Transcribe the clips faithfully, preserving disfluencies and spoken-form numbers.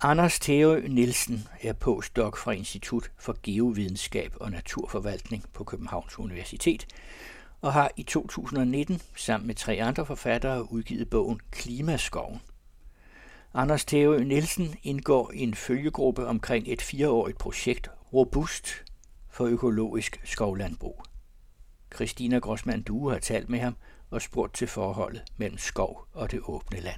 Anders Theorø Nielsen er postdoc fra Institut for Geovidenskab og Naturforvaltning på Københavns Universitet og har i to tusind nitten sammen med tre andre forfattere udgivet bogen Klimaskoven. Anders Theorø Nielsen indgår i en følgegruppe omkring et fireårigt projekt Robust for økologisk skovlandbrug. Christina Grossmann Due har talt med ham og spurgt til forholdet mellem skov og det åbne land.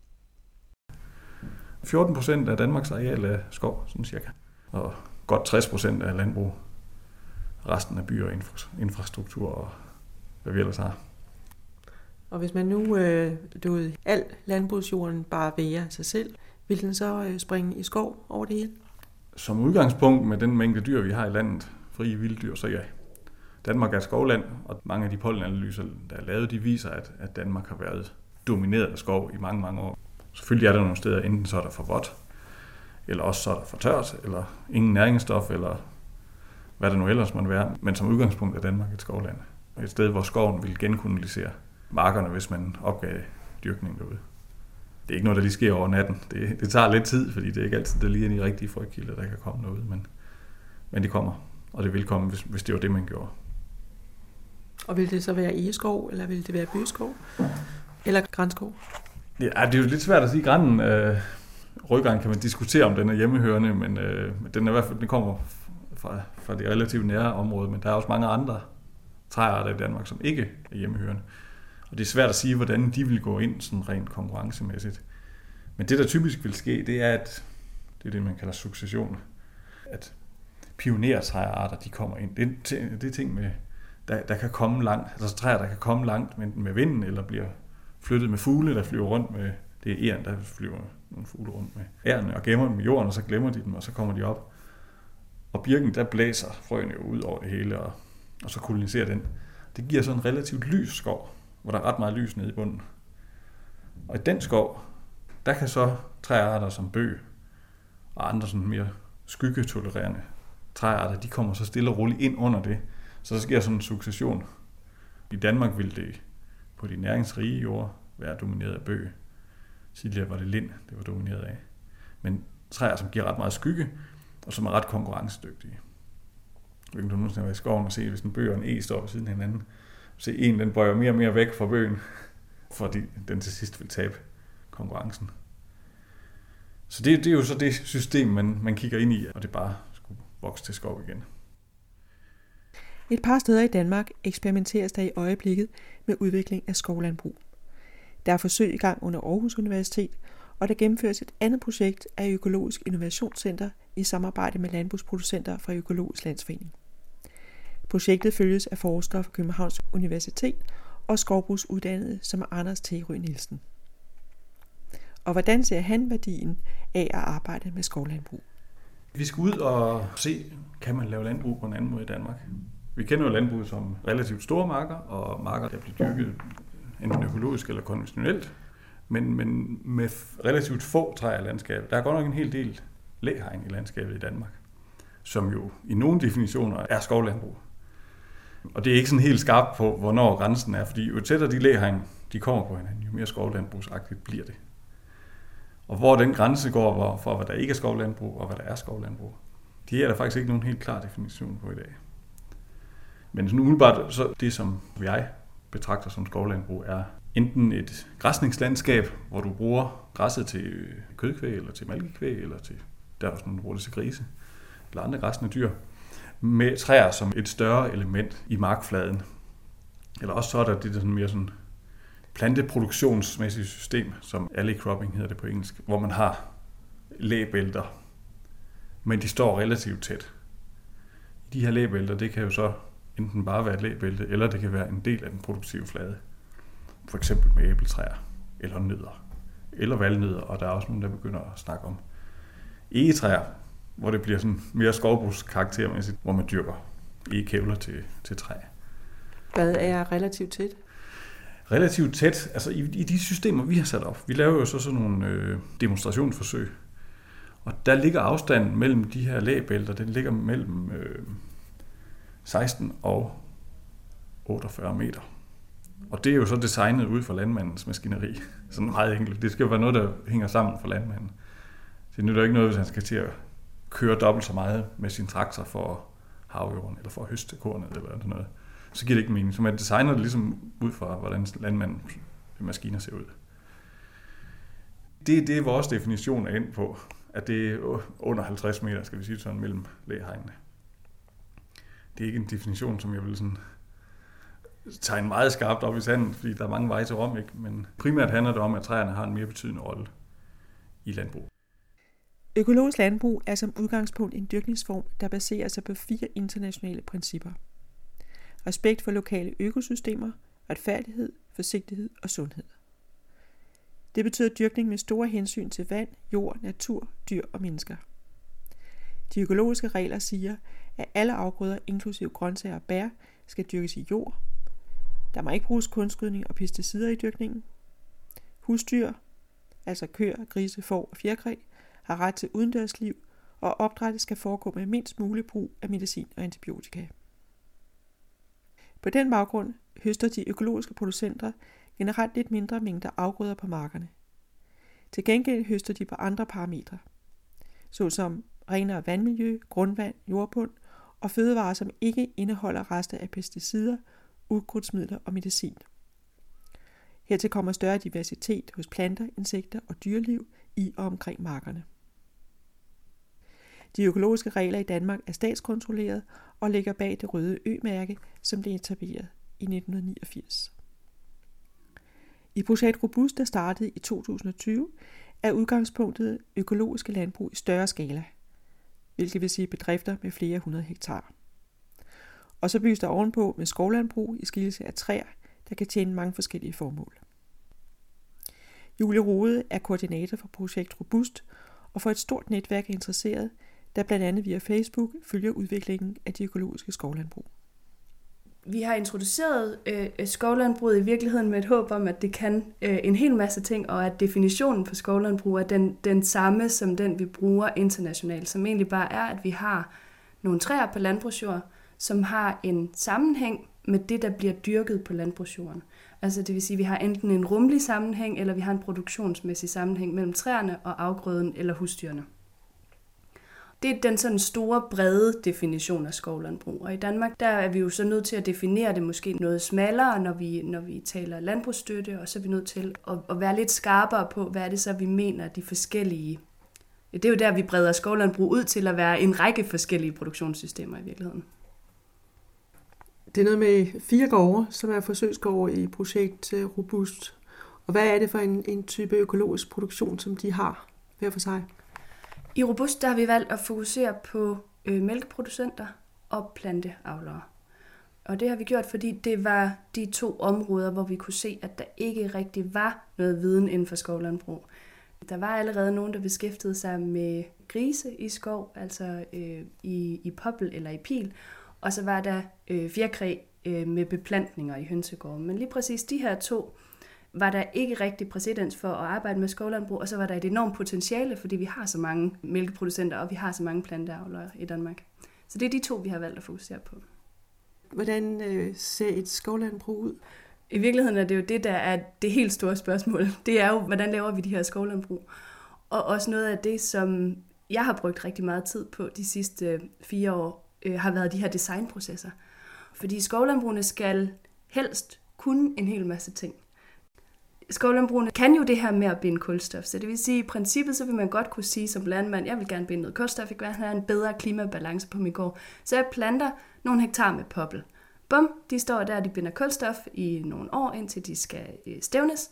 fjorten procent af Danmarks areal er skov, sådan cirka. Og godt tres procent af landbrug. Resten af byer og infra- infrastruktur og hvad vi ellers har. Og hvis man nu øh, lod al landbrugsjorden bare være sig selv, vil den så øh, springe i skov over det hele? Som udgangspunkt med den mængde dyr, vi har i landet, frie vilde dyr, så ja. Danmark er et skovland, og mange af de pollenanalyser, der er lavet, de viser, at, at Danmark har været domineret af skov i mange, mange år. Selvfølgelig er der nogle steder, enten så er der for vådt, eller også så er der for tørt, eller ingen næringsstof, eller hvad der nu ellers måtte være. Men som udgangspunkt er Danmark et skovland. Et sted, hvor skoven vil genkolonisere markerne, hvis man opgav dyrkning derude. Det er ikke noget, der lige sker over natten. Det, det tager lidt tid, fordi det er ikke altid, der lige er de rigtige frøkilder, der kan komme noget. Men, men det kommer, og det vil komme, hvis, hvis det var det, man gjorde. Og vil det så være egeskov, eller vil det være bøgeskov, eller granskov? Ja, det er jo lidt svært at sige. Granen, øh, rødgran kan man diskutere, om den er hjemmehørende, men øh, den, er i hvert fald, den kommer fra, fra det relativt nære område, men der er også mange andre træarter i Danmark, som ikke er hjemmehørende. Og det er svært at sige, hvordan de vil gå ind sådan rent konkurrencemæssigt. Men det, der typisk vil ske, det er, at det er det, man kalder succession. At pionertræarter, de kommer ind. Det er, det er ting, med, der, der kan komme langt. Altså træer, der kan komme langt med, med vinden, eller bliver flyttet med fugle, der flyver rundt med, det er æren, der flyver nogle fugle rundt med ærerne og gemmer dem i jorden, og så glemmer de dem, og så kommer de op. Og birken, der blæser frøene jo ud over det hele, og, og så koloniserer den. Det giver sådan en relativt lys skov, hvor der er ret meget lys nede i bunden. Og i den skov, der kan så træarter som bøg og andre sådan mere skyggetolererende træarter, de kommer så stille og roligt ind under det. Så der sker sådan en succession. I Danmark vil det på de næringsrige jorde være domineret af bøg. Tidligere var det lind, det var domineret af. Men træer, som giver ret meget skygge, og som er ret konkurrencedygtige. Jeg kan nogensinde være i skoven og se, hvis en bøg og en eg står ved siden af hinanden. Se, en den bøjer mere og mere væk fra bøgen, fordi den til sidst vil tabe konkurrencen. Så det, det er jo så det system, man, man kigger ind i, og det bare skulle vokse til skov igen. Et par steder i Danmark eksperimenteres der i øjeblikket med udvikling af skovlandbrug. Der er forsøg i gang under Aarhus Universitet, og der gennemføres et andet projekt af Økologisk Innovationscenter i samarbejde med landbrugsproducenter fra Økologisk Landsforening. Projektet følges af forskere fra Københavns Universitet og skovbrugsuddannede som Anders Theorø Nielsen. Og hvordan ser han værdien af at arbejde med skovlandbrug? Vi skal ud og se, kan man lave landbrug på en anden måde i Danmark. Vi kender jo landbruget som relativt store marker, og marker, der bliver dyrket enten økologisk eller konventionelt, men, men med relativt få træer i landskabet. Der er godt nok en hel del læhegn i landskabet i Danmark, som jo i nogle definitioner er skovlandbrug. Og det er ikke sådan helt skarpt på, hvornår grænsen er, fordi jo tættere de læhegn, de kommer på hinanden, jo mere skovlandbrugsagtigt bliver det. Og hvor den grænse går for, hvad der ikke er skovlandbrug, og hvad der er skovlandbrug, det er der faktisk ikke nogen helt klar definition på i dag. Men sådan umiddelbart, så det som jeg betragter som skovlandbrug, er enten et græsningslandskab, hvor du bruger græsset til kødkvæg, eller til malkekvæg, eller til, der er også nogen, der bruger det til grise, eller andre græsne dyr, med træer som et større element i markfladen. Eller også så er der det der sådan mere sådan planteproduktionsmæssigt system, som alley cropping hedder det på engelsk, hvor man har læbælter, men de står relativt tæt. De her læbælter, det kan jo så enten bare være et læbælte, eller det kan være en del af den produktive flade. For eksempel med æbletræer, eller nødder, eller valnødder, og der er også nogen, der begynder at snakke om egetræer, hvor det bliver sådan mere skovbrugskaraktermæssigt, hvor man dyrker egekævler til, til træ. Hvad er relativt tæt? Relativt tæt, altså i, i de systemer, vi har sat op. Vi laver jo så sådan nogle øh, demonstrationsforsøg, og der ligger afstanden mellem de her læbælter, den ligger mellem øh, seksten og otteogfyrre meter. Og det er jo så designet ud fra landmandens maskineri. Sådan meget enkelt. Det skal jo være noget, der hænger sammen for landmanden. Det nytter ikke noget, hvis han skal til at køre dobbelt så meget med sin traktor for havjorden, eller for at høste kornet, eller sådan noget. Så giver det ikke mening. Så man designer det ligesom ud fra, hvordan landmandens maskiner ser ud. Det, det er vores definition af ind på, at det er under halvtreds meter, skal vi sige sådan, mellem lægehegnene. Det er ikke en definition, som jeg vil sådan tegne meget skarpt op i sanden, fordi der er mange veje til Rom, ikke? Men primært handler det om, at træerne har en mere betydende rolle i landbrug. Økologisk landbrug er som udgangspunkt en dyrkningsform, der baserer sig på fire internationale principper. Respekt for lokale økosystemer, retfærdighed, forsigtighed og sundhed. Det betyder dyrkning med store hensyn til vand, jord, natur, dyr og mennesker. De økologiske regler siger, at alle afgrøder, inklusive grøntsager og bær, skal dyrkes i jord. Der må ikke bruges kunstgødning og pesticider i dyrkningen. Husdyr, altså køer, grise, får og fjerkræ, har ret til udendørsliv, og opdrættet skal foregå med mindst mulig brug af medicin og antibiotika. På den baggrund høster de økologiske producenter generelt lidt mindre mængder afgrøder på markerne. Til gengæld høster de på andre parametre, såsom renere vandmiljø, grundvand, jordbund og fødevarer, som ikke indeholder rester af pesticider, ukrudtsmidler og medicin. Hertil kommer større diversitet hos planter, insekter og dyreliv i og omkring markerne. De økologiske regler i Danmark er statskontrolleret og ligger bag det røde Ø-mærke, som blev etableret i nitten niogfirs. I projekt Robust, der startede i to tusind og tyve, er udgangspunktet økologiske landbrug i større skala, hvilket vil sige bedrifter med flere hundrede hektar. Og så bygges der ovenpå med skovlandbrug i skikkelse af træer, der kan tjene mange forskellige formål. Julie Rode er koordinator for projekt Robust og for et stort netværk af interesserede, der blandt andet via Facebook følger udviklingen af de økologiske skovlandbrug. Vi har introduceret øh, skovlandbruget i virkeligheden med et håb om, at det kan øh, en hel masse ting, og at definitionen på skovlandbrug er den, den samme som den, vi bruger internationalt, som egentlig bare er, at vi har nogle træer på landbrugsjord, som har en sammenhæng med det, der bliver dyrket på landbrugsjorden. Altså det vil sige, at vi har enten en rumlig sammenhæng, eller vi har en produktionsmæssig sammenhæng mellem træerne og afgrøden eller husdyrene. Det er den sådan store, brede definition af skovlandbrug. Og i Danmark, der er vi jo så nødt til at definere det måske noget smallere, når vi, når vi taler landbrugsstøtte, og så er vi nødt til at, at være lidt skarpere på, hvad er det så, vi mener, de forskellige. Det er jo der, vi breder skovlandbrug ud til at være en række forskellige produktionssystemer i virkeligheden. Det er noget med fire gårde, som er forsøgsgårde i projekt Robust. Og hvad er det for en, en type økologisk produktion, som de har hver for sig? I Robust der har vi valgt at fokusere på øh, mælkeproducenter og planteavlere. Og det har vi gjort, fordi det var de to områder, hvor vi kunne se, at der ikke rigtig var noget viden inden for skovlandbrug. Der var allerede nogen, der beskæftigede sig med grise i skov, altså øh, i, i poppel eller i pil. Og så var der øh, fjerkræ øh, med beplantninger i hønsegården. Men lige præcis de her to var der ikke rigtig præcedens for at arbejde med skovlandbrug, og så var der et enormt potentiale, fordi vi har så mange mælkeproducenter, og vi har så mange planteavlere i Danmark. Så det er de to, vi har valgt at fokusere på. Hvordan øh, ser et skovlandbrug ud? I virkeligheden er det jo det, der er det helt store spørgsmål. Det er jo, hvordan laver vi de her skovlandbrug? Og også noget af det, som jeg har brugt rigtig meget tid på de sidste fire år, øh, har været de her designprocesser. Fordi skovlandbrugene skal helst kunne en hel masse ting. Skovlandbrugene kan jo det her med at binde kulstof, så det vil sige, at i princippet så vil man godt kunne sige som landmand, jeg vil gerne binde noget kulstof, jeg vil gerne have en bedre klimabalance på min gård. Så jeg planter nogle hektar med poppel. Bum, de står der, de binder kulstof i nogle år, indtil de skal stævnes.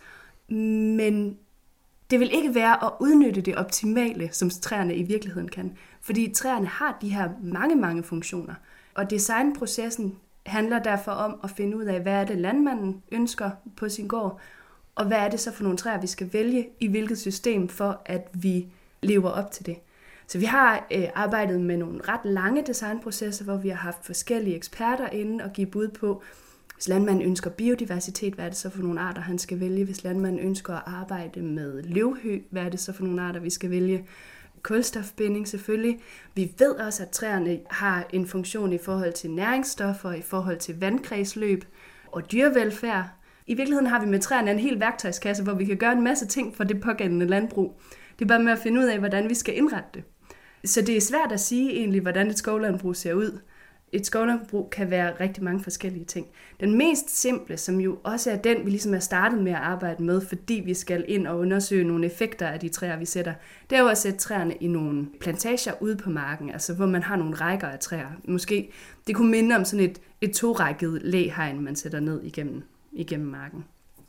Men det vil ikke være at udnytte det optimale, som træerne i virkeligheden kan. Fordi træerne har de her mange, mange funktioner. Og designprocessen handler derfor om at finde ud af, hvad er det landmanden ønsker på sin gård, og hvad er det så for nogle træer, vi skal vælge i hvilket system, for at vi lever op til det. Så vi har øh, arbejdet med nogle ret lange designprocesser, hvor vi har haft forskellige eksperter inde og give bud på, hvis landmanden ønsker biodiversitet, hvad er det så for nogle arter, han skal vælge? Hvis landmanden ønsker at arbejde med løvhø, hvad er det så for nogle arter, vi skal vælge? Kulstofbinding selvfølgelig. Vi ved også, at træerne har en funktion i forhold til næringsstoffer, i forhold til vandkredsløb og dyrevelfærd. I virkeligheden har vi med træerne en hel værktøjskasse, hvor vi kan gøre en masse ting for det pågældende landbrug. Det Det er bare med at finde ud af, hvordan vi skal indrette det. Så det er svært at sige egentlig, hvordan et skovlandbrug ser ud. Et skovlandbrug kan være rigtig mange forskellige ting. Den mest simple, som jo også er den, vi ligesom er startet med at arbejde med, fordi vi skal ind og undersøge nogle effekter af de træer, vi sætter, det er jo at sætte træerne i nogle plantager ude på marken, altså hvor man har nogle rækker af træer. Måske det kunne minde om sådan et, et torækket læhegn, man sætter ned igennem, igennem marken.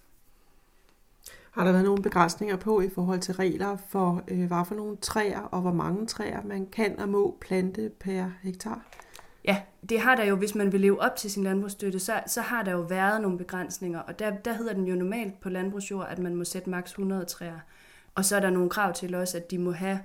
Har der været nogle begrænsninger på i forhold til regler for, øh, hvad for nogle træer, og hvor mange træer man kan og må plante per hektar? Ja, det har der jo, hvis man vil leve op til sin landbrugsstøtte, så, så har der jo været nogle begrænsninger, og der, der hedder den jo normalt på landbrugsjord, at man må sætte maks hundrede træer. Og så er der nogle krav til også, at de må have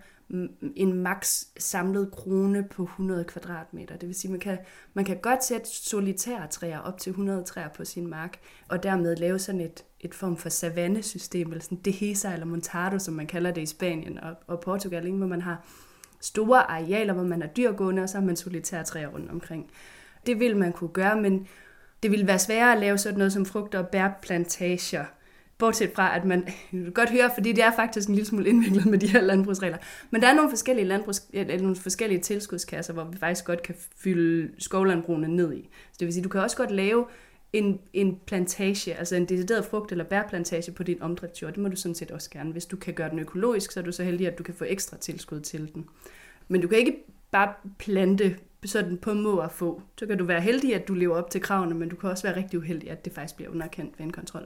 en maks samlet krone på hundrede kvadratmeter. Det vil sige, man kan, man kan godt sætte solitære træer op til hundrede træer på sin mark, og dermed lave sådan et, et form for savannesystem, eller sådan dehesa eller montado, som man kalder det i Spanien og, og Portugal, ikke? Hvor man har store arealer, hvor man har dyr gående, og så har man solitære træer rundt omkring. Det vil man kunne gøre, men det vil være sværere at lave sådan noget som frugter- og bærplantager, bortset fra, at man kan godt høre, fordi det er faktisk en lille smule indviklet med de her landbrugsregler. Men der er nogle forskellige, landbrugs, eller nogle forskellige tilskudskasser, hvor vi faktisk godt kan fylde skovlandbrugene ned i. Så det vil sige, du kan også godt lave en, en plantage, altså en decideret frugt- eller bærplantage på din omdriftsjord. Det må du sådan set også gerne. Hvis du kan gøre den økologisk, så er du så heldig, at du kan få ekstra tilskud til den. Men du kan ikke bare plante sådan på må og få. Så kan du være heldig, at du lever op til kravene, men du kan også være rigtig uheldig, at det faktisk bliver underkendt ved en kontrol.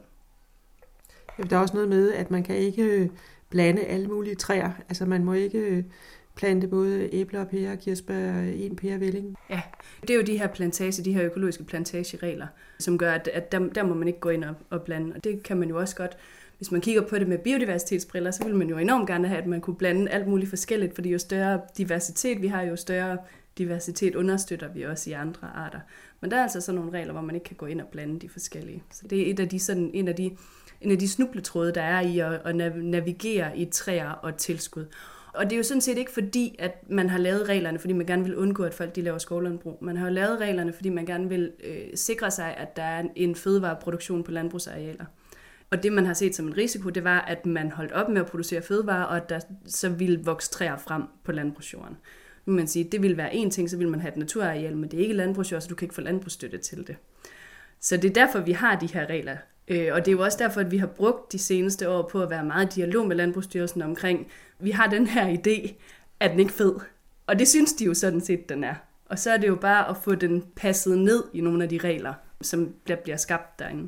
Der er også noget med, at man kan ikke blande alle mulige træer. Altså man må ikke plante både æbler og pærer, kirsebær, en pærevælling. Ja, det er jo de her plantage, de her økologiske plantageregler, som gør, at, at der, der må man ikke gå ind og, og blande. Og det kan man jo også godt. Hvis man kigger på det med biodiversitetsbriller, så vil man jo enormt gerne have, at man kunne blande alt muligt forskelligt, fordi jo større diversitet vi har, jo større diversitet understøtter vi også i andre arter. Men der er altså sådan nogle regler, hvor man ikke kan gå ind og blande de forskellige. Så det er et af de, sådan, en af de, en af de snubletråde, der er i at, at navigere i træer og tilskud. Og det er jo sådan set ikke fordi, at man har lavet reglerne, fordi man gerne vil undgå, at folk de laver skovlandbrug. Man har jo lavet reglerne, fordi man gerne vil øh, sikre sig, at der er en fødevareproduktion på landbrugsarealer. Og det, man har set som en risiko, det var, at man holdt op med at producere fødevarer, og at der så ville vokse træer frem på landbrugsjorden. Nu vil man sige, det ville være en ting, så vil man have et naturareal, men det er ikke landbrugsjord, så du kan ikke få landbrugsstøtte til det. Så det er derfor, vi har de her regler. Og det er jo også derfor, at vi har brugt de seneste år på at være meget i dialog med Landbrugsstyrelsen omkring, vi har den her idé, at den ikke fed. Og det synes de jo sådan set, den er. Og så er det jo bare at få den passet ned i nogle af de regler, som der bliver skabt derinde.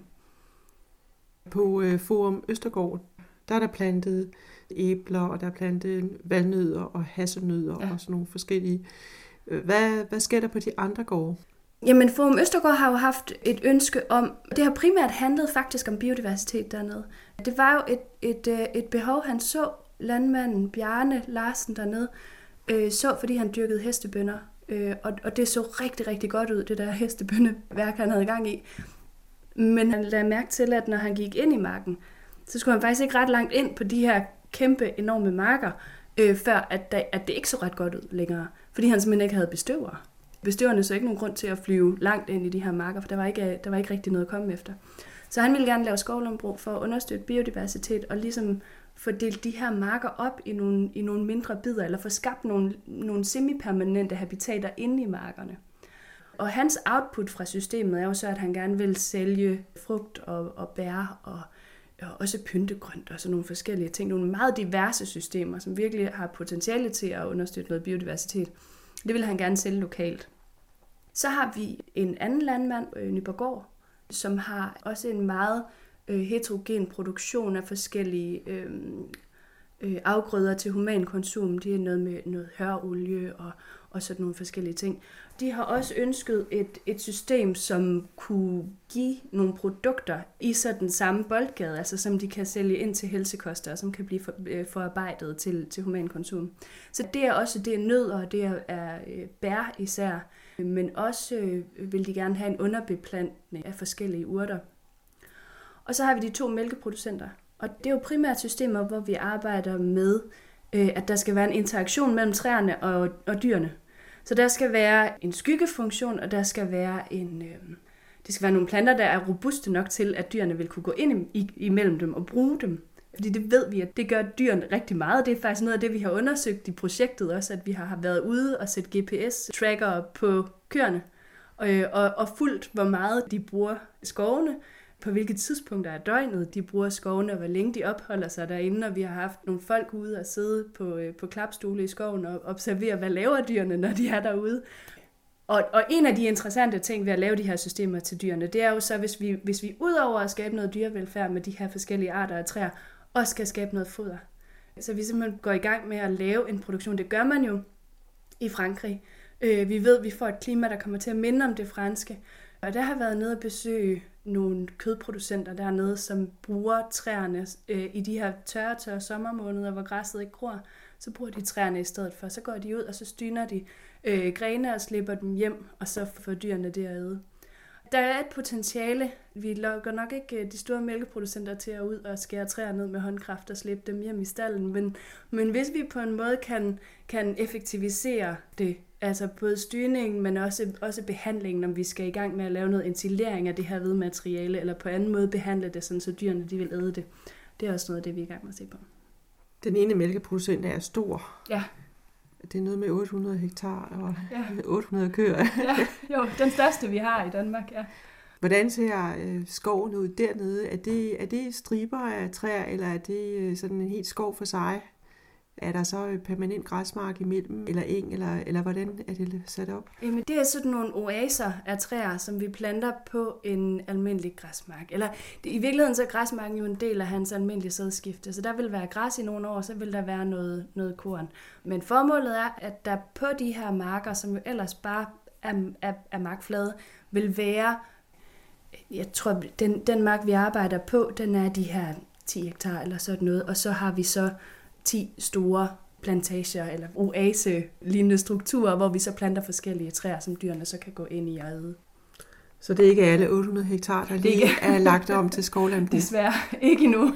På øh, Forum Østergaard, der er der plantet æbler, og der er plantet valnødder og hasselnødder ja. Og sådan nogle forskellige. Hvad, hvad sker der på de andre gårde? Jamen, Forum Østergaard har jo haft et ønske om, det har primært handlet faktisk om biodiversitet dernede. Det var jo et, et, et behov, han så landmanden Bjarne Larsen dernede, øh, så fordi han dyrkede hestebønner. Øh, og, og det så rigtig, rigtig godt ud, det der hestebønneværk, han havde gang i. Men han lagde mærke til, at når han gik ind i marken, så skulle han faktisk ikke ret langt ind på de her kæmpe, enorme marker, øh, før at, der, at det ikke så ret godt ud længere, fordi han simpelthen ikke havde bestøvere. Bestøverne så ikke nogen grund til at flyve langt ind i de her marker, for der var ikke, der var ikke rigtig noget at komme efter. Så han ville gerne lave skovlandbrug for at understøtte biodiversitet og ligesom få delt de her marker op i nogle, i nogle mindre bidder, eller få skabt nogle, nogle semi-permanente habitater inde i markerne. Og hans output fra systemet er jo så, at han gerne vil sælge frugt og, og bær og, og også pyntegrønt og sådan nogle forskellige ting. Nogle meget diverse systemer, som virkelig har potentiale til at understøtte noget biodiversitet. Det vil han gerne sælge lokalt. Så har vi en anden landmand, Nyborgård, som har også en meget øh, heterogen produktion af forskellige øh, øh, afgrøder til human konsum. Det er noget med noget hørolie og, og sådan nogle forskellige ting. De har også ønsket et, et system, som kunne give nogle produkter i sådan den samme boldgade, altså som de kan sælge ind til helsekoster, og som kan blive for, øh, forarbejdet til, til human konsum. Så det er også det er nødder, og det er, er øh, bær især, men også øh, vil de gerne have en underbeplantning af forskellige urter. Og så har vi de to mælkeproducenter, og det er jo primært systemer, hvor vi arbejder med, øh, at der skal være en interaktion mellem træerne og, og dyrene. Så der skal være en skyggefunktion, og der skal være en, øh, det skal være nogle planter, der er robuste nok til, at dyrene vil kunne gå ind i, imellem dem og bruge dem. Fordi det ved vi, at det gør dyrene rigtig meget. Det er faktisk noget af det, vi har undersøgt i projektet også, at vi har været ude og sætte G P S-trackere på køerne, og, og, og fulgt, hvor meget de bruger skovene, på hvilke tidspunkter af døgnet de bruger skovene, og hvor længe de opholder sig derinde, og vi har haft nogle folk ude og sidde på, på klapstole i skoven og observere, hvad laver dyrene, når de er derude. Og, og en af de interessante ting ved at lave de her systemer til dyrene, det er jo så, hvis vi, hvis vi udover at skabe noget dyrevelfærd med de her forskellige arter af træer, også skal skabe noget foder. Så vi simpelthen går i gang med at lave en produktion. Det gør man jo i Frankrig. Øh, vi ved, at vi får et klima, der kommer til at minde om det franske. Og der har været nede at besøge nogle kødproducenter dernede, som bruger træerne øh, i de her tørre, tørre sommermåneder, hvor græsset ikke gror. Så bruger de træerne i stedet for. Så går de ud, og så styner de øh, grene og slipper dem hjem, og så får dyrene derude. Der er et potentiale. Vi lukker nok ikke de store mælkeproducenter til at ud og skære træer ned med håndkraft og slippe dem hjem i stallen, men, men hvis vi på en måde kan, kan effektivisere det, altså både styrningen, men også, også behandlingen, om vi skal i gang med at lave noget ensilering af det her hvedmateriale, eller på anden måde behandle det, sådan, så dyrene de vil æde det. Det er også noget af det, vi er i gang med at se på. Den ene mælkeproducent er stor. Ja. Det er noget med otte hundrede hektar og ja. otte hundrede køer. Ja, jo, den største vi har i Danmark, ja. Hvordan ser øh, skoven ud dernede? Er det, er det striber af træer, eller er det øh, sådan en helt skov for sig? Er der så permanent græsmark imellem, eller eng, eller, eller hvordan er det sat op? Jamen, det er sådan nogle oaser af træer, som vi planter på en almindelig græsmark. Eller det, i virkeligheden så er græsmarken jo en del af hans almindelige sædskifte, så der vil være græs i nogle år, så vil der være noget, noget korn. Men formålet er, at der på de her marker, som jo ellers bare er, er, er markflade, vil være, jeg tror, den, den mark, vi arbejder på, den er de her ti hektar eller sådan noget, og så har vi så ti store plantager eller oase-lignende strukturer, hvor vi så planter forskellige træer, som dyrene så kan gå ind i og æde. Så det er ikke alle otte hundrede hektar, der lige er lagt om til skovlandbrug? Desværre ikke endnu.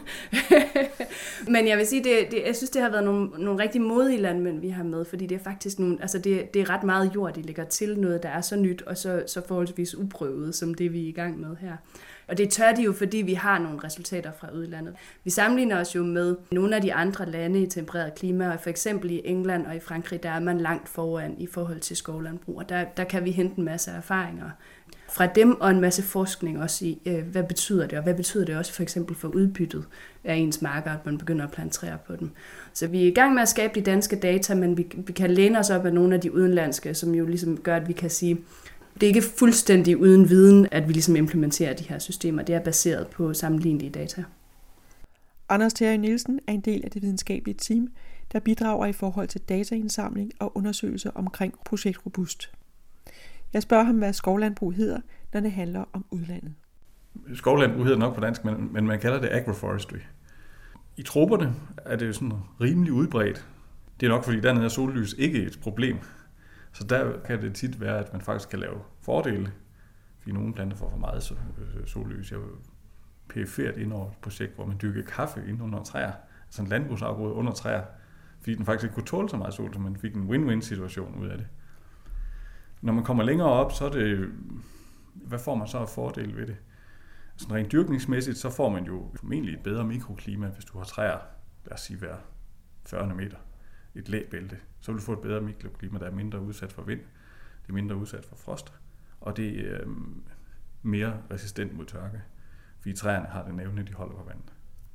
Men jeg vil sige, det, det, jeg synes, det har været nogle, nogle rigtig modige landmænd, vi har med, fordi det er faktisk nogle, altså det, det er ret meget jord, de lægger til noget, der er så nyt og så, så forholdsvis uprøvet, som det vi er i gang med her. Og det tør de jo, fordi vi har nogle resultater fra udlandet. Vi sammenligner os jo med nogle af de andre lande i tempereret klima, og for eksempel i England og i Frankrig, der er man langt foran i forhold til skovlandbrug, og der, der kan vi hente en masse erfaringer fra dem, og en masse forskning også i, øh, hvad betyder det, og hvad betyder det også for eksempel for udbyttet af ens marker, at man begynder at plante træer på dem. Så vi er i gang med at skabe de danske data, men vi, vi kan læne os op af nogle af de udenlandske, som jo ligesom gør, at vi kan sige, det er ikke fuldstændig uden viden, at vi ligesom implementerer de her systemer. Det er baseret på sammenlignelige data. Anders Terje Nielsen er en del af det videnskabelige team, der bidrager i forhold til dataindsamling og undersøgelser omkring projekt Robust. Jeg spørger ham, hvad skovlandbrug hedder, når det handler om udlandet. Skovlandbrug hedder nok på dansk, men, men man kalder det agroforestry. I troperne er det jo sådan rimelig udbredt. Det er nok, fordi dernede er sollys ikke et problem. Så der kan det tit være, at man faktisk kan lave fordele, fordi nogle planter får for meget sollys. Jeg var perifert ind over et projekt, hvor man dyrkede kaffe ind under træer, altså en landbrugsafgrøde under træer, fordi den faktisk ikke kunne tåle så meget sol, så man fik en win-win-situation ud af det. Når man kommer længere op, så er det, hvad får man så af fordele ved det? Sådan rent dyrkningsmæssigt, så får man jo formentlig et bedre mikroklima, hvis du har træer, lad os sige hver fyrre meter, et læbælte. Så vil du få et bedre mikroklima, der er mindre udsat for vind, det er mindre udsat for frost, og det er øh, mere resistent mod tørke, fordi træerne har den evne, de holder på vandet.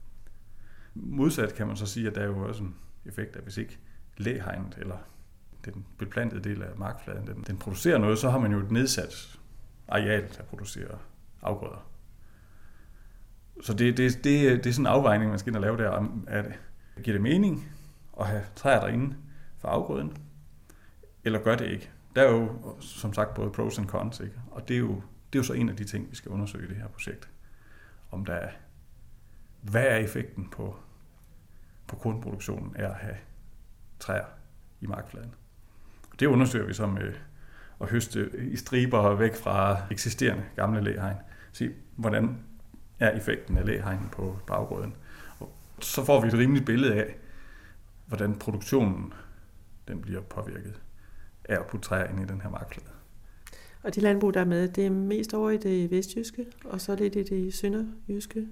Modsat kan man så sige, at der er jo også en effekt af, hvis ikke læhegnet eller den beplantede del af markfladen, den, den producerer noget, så har man jo et nedsat areal, der producerer afgrøder. Så det, det, det, det er sådan en afvejning, man skal ind og lave der. At, giver det mening at have træer derinde for afgrøden, eller gør det ikke? Der er jo, som sagt, både pros and cons, ikke? Og det er, jo, det er jo så en af de ting, vi skal undersøge i det her projekt. Om der er, hvad er effekten på, på kornproduktionen af at have træer i markfladen? Det undersøger vi så med at høste i striber væk fra eksisterende gamle læhegn. Se, hvordan er effekten af læhegnen på afgrøden. Og så får vi et rimeligt billede af, hvordan produktionen den bliver påvirket af at putte træer ind i den her markflade. Og de landbrug, der er med, det er mest over i det vestjyske, og så er det det, det sønderjyske.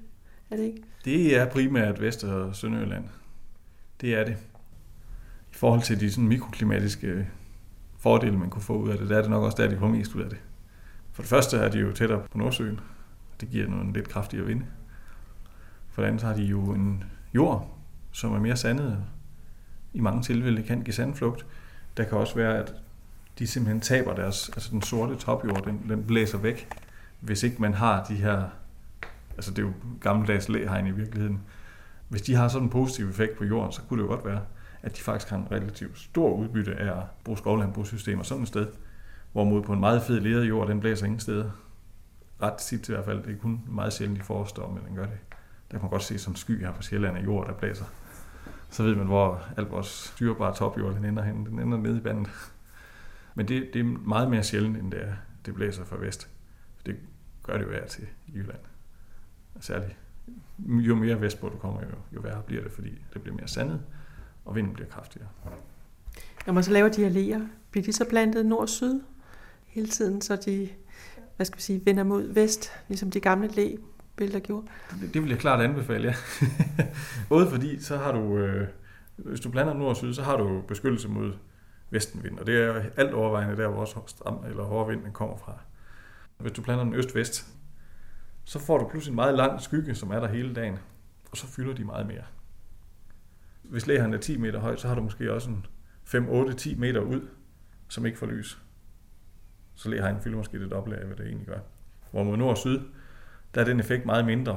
Er det ikke? Det er primært Vest- og Sønderjylland. Det er det. I forhold til de sådan mikroklimatiske fordele, man kunne få ud af det, der er det nok også der, de får mest ud af det. For det første er de jo tættere på Nordsøen. Det giver nogle lidt kraftigere vinde. For det andet har de jo en jord, som er mere sandet. I mange tilfælde kan give sandflugt. Der kan også være, at de simpelthen taber deres, altså den sorte topjord, den, den blæser væk, hvis ikke man har de her, altså det er jo gammeldags læhegn i virkeligheden. Hvis de har sådan en positiv effekt på jorden, så kunne det jo godt være, at de faktisk har en relativt stor udbytte af at bruge skovlandbrugssystemer sådan et sted, hvorimod på en meget fed leret jord, den blæser ingen steder. Ret tit i hvert fald, det er kun meget sjældent i forårstorm, men den gør det. Der kan man godt se sådan en sky her på Sjælland af jord, der blæser. Så ved man, hvor alt vores dyrebare topjord, den ender hen. Den ender nede i vandet. Men det, det er meget mere sjældent, end det er, det blæser fra vest. Det gør det jo værre til i Jylland. Særligt. Jo mere vestpå du kommer, jo, jo værre bliver det, fordi det bliver mere sandet, og vinden bliver kraftigere. Når man så laver de alléer, bliver de så plantet nord-syd hele tiden, så de, hvad skal vi sige, vender mod vest, ligesom de gamle læbilleder gjorde? Det, det vil jeg klart anbefale, ja. Både fordi, så har du, øh, hvis du planter nord og syd, så har du beskyttelse mod vestenvind, og det er alt overvejende der, hvor vores stram eller hårde vind den kommer fra. Hvis du planter den øst-vest, så får du pludselig en meget lang skygge, som er der hele dagen, og så fylder de meget mere. Hvis læhegnen er ti meter højt, så har du måske også en fem, otte, ti meter ud, som ikke får lys. Så læhegnen fylder måske det dobbelte af, hvad det egentlig gør. Hvor mod nord og syd, der er den effekt meget mindre,